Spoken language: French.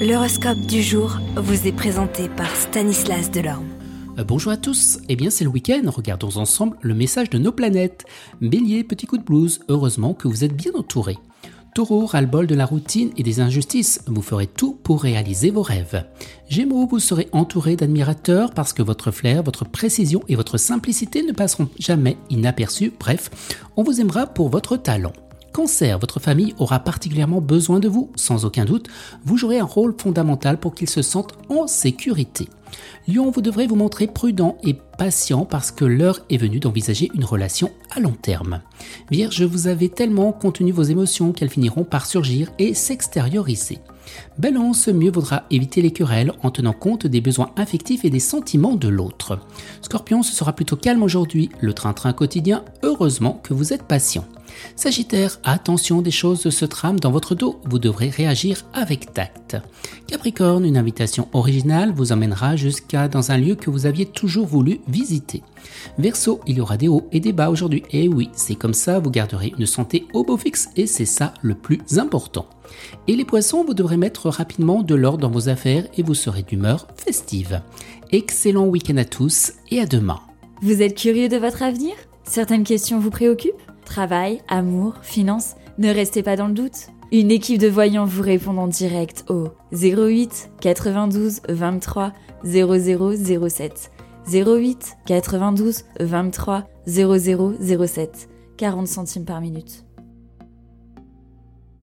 L'horoscope du jour vous est présenté par Stanislas Delorme. Bonjour à tous, c'est le week-end, regardons ensemble le message de nos planètes. Bélier, petit coup de blues, heureusement que vous êtes bien entouré. Taureau, ras-le-bol de la routine et des injustices, vous ferez tout pour réaliser vos rêves. Gémeaux, vous serez entouré d'admirateurs parce que votre flair, votre précision et votre simplicité ne passeront jamais inaperçus, bref, on vous aimera pour votre talent. Cancer, votre famille aura particulièrement besoin de vous, sans aucun doute, vous jouerez un rôle fondamental pour qu'ils se sentent en sécurité. Lion, vous devrez vous montrer prudent et patient parce que l'heure est venue d'envisager une relation à long terme. Vierge, vous avez tellement contenu vos émotions qu'elles finiront par surgir et s'extérioriser. Balance, mieux vaudra éviter les querelles en tenant compte des besoins affectifs et des sentiments de l'autre. Scorpion, ce sera plutôt calme aujourd'hui, le train-train quotidien, heureusement que vous êtes patient. Sagittaire, attention, des choses se trament dans votre dos, vous devrez réagir avec tact. Capricorne, une invitation originale vous emmènera jusqu'à dans un lieu que vous aviez toujours voulu visiter. Verseau, il y aura des hauts et des bas aujourd'hui, et oui, c'est comme ça, vous garderez une santé au beau fixe et c'est ça le plus important. Et les poissons, vous devrez mettre rapidement de l'ordre dans vos affaires et vous serez d'humeur festive. Excellent week-end à tous et à demain. Vous êtes curieux de votre avenir ? Certaines questions vous préoccupent ? Travail, amour, finances, ne restez pas dans le doute. Une équipe de voyants vous répond en direct au 08 92 23 0007. 08 92 23 0007. 40 centimes par minute.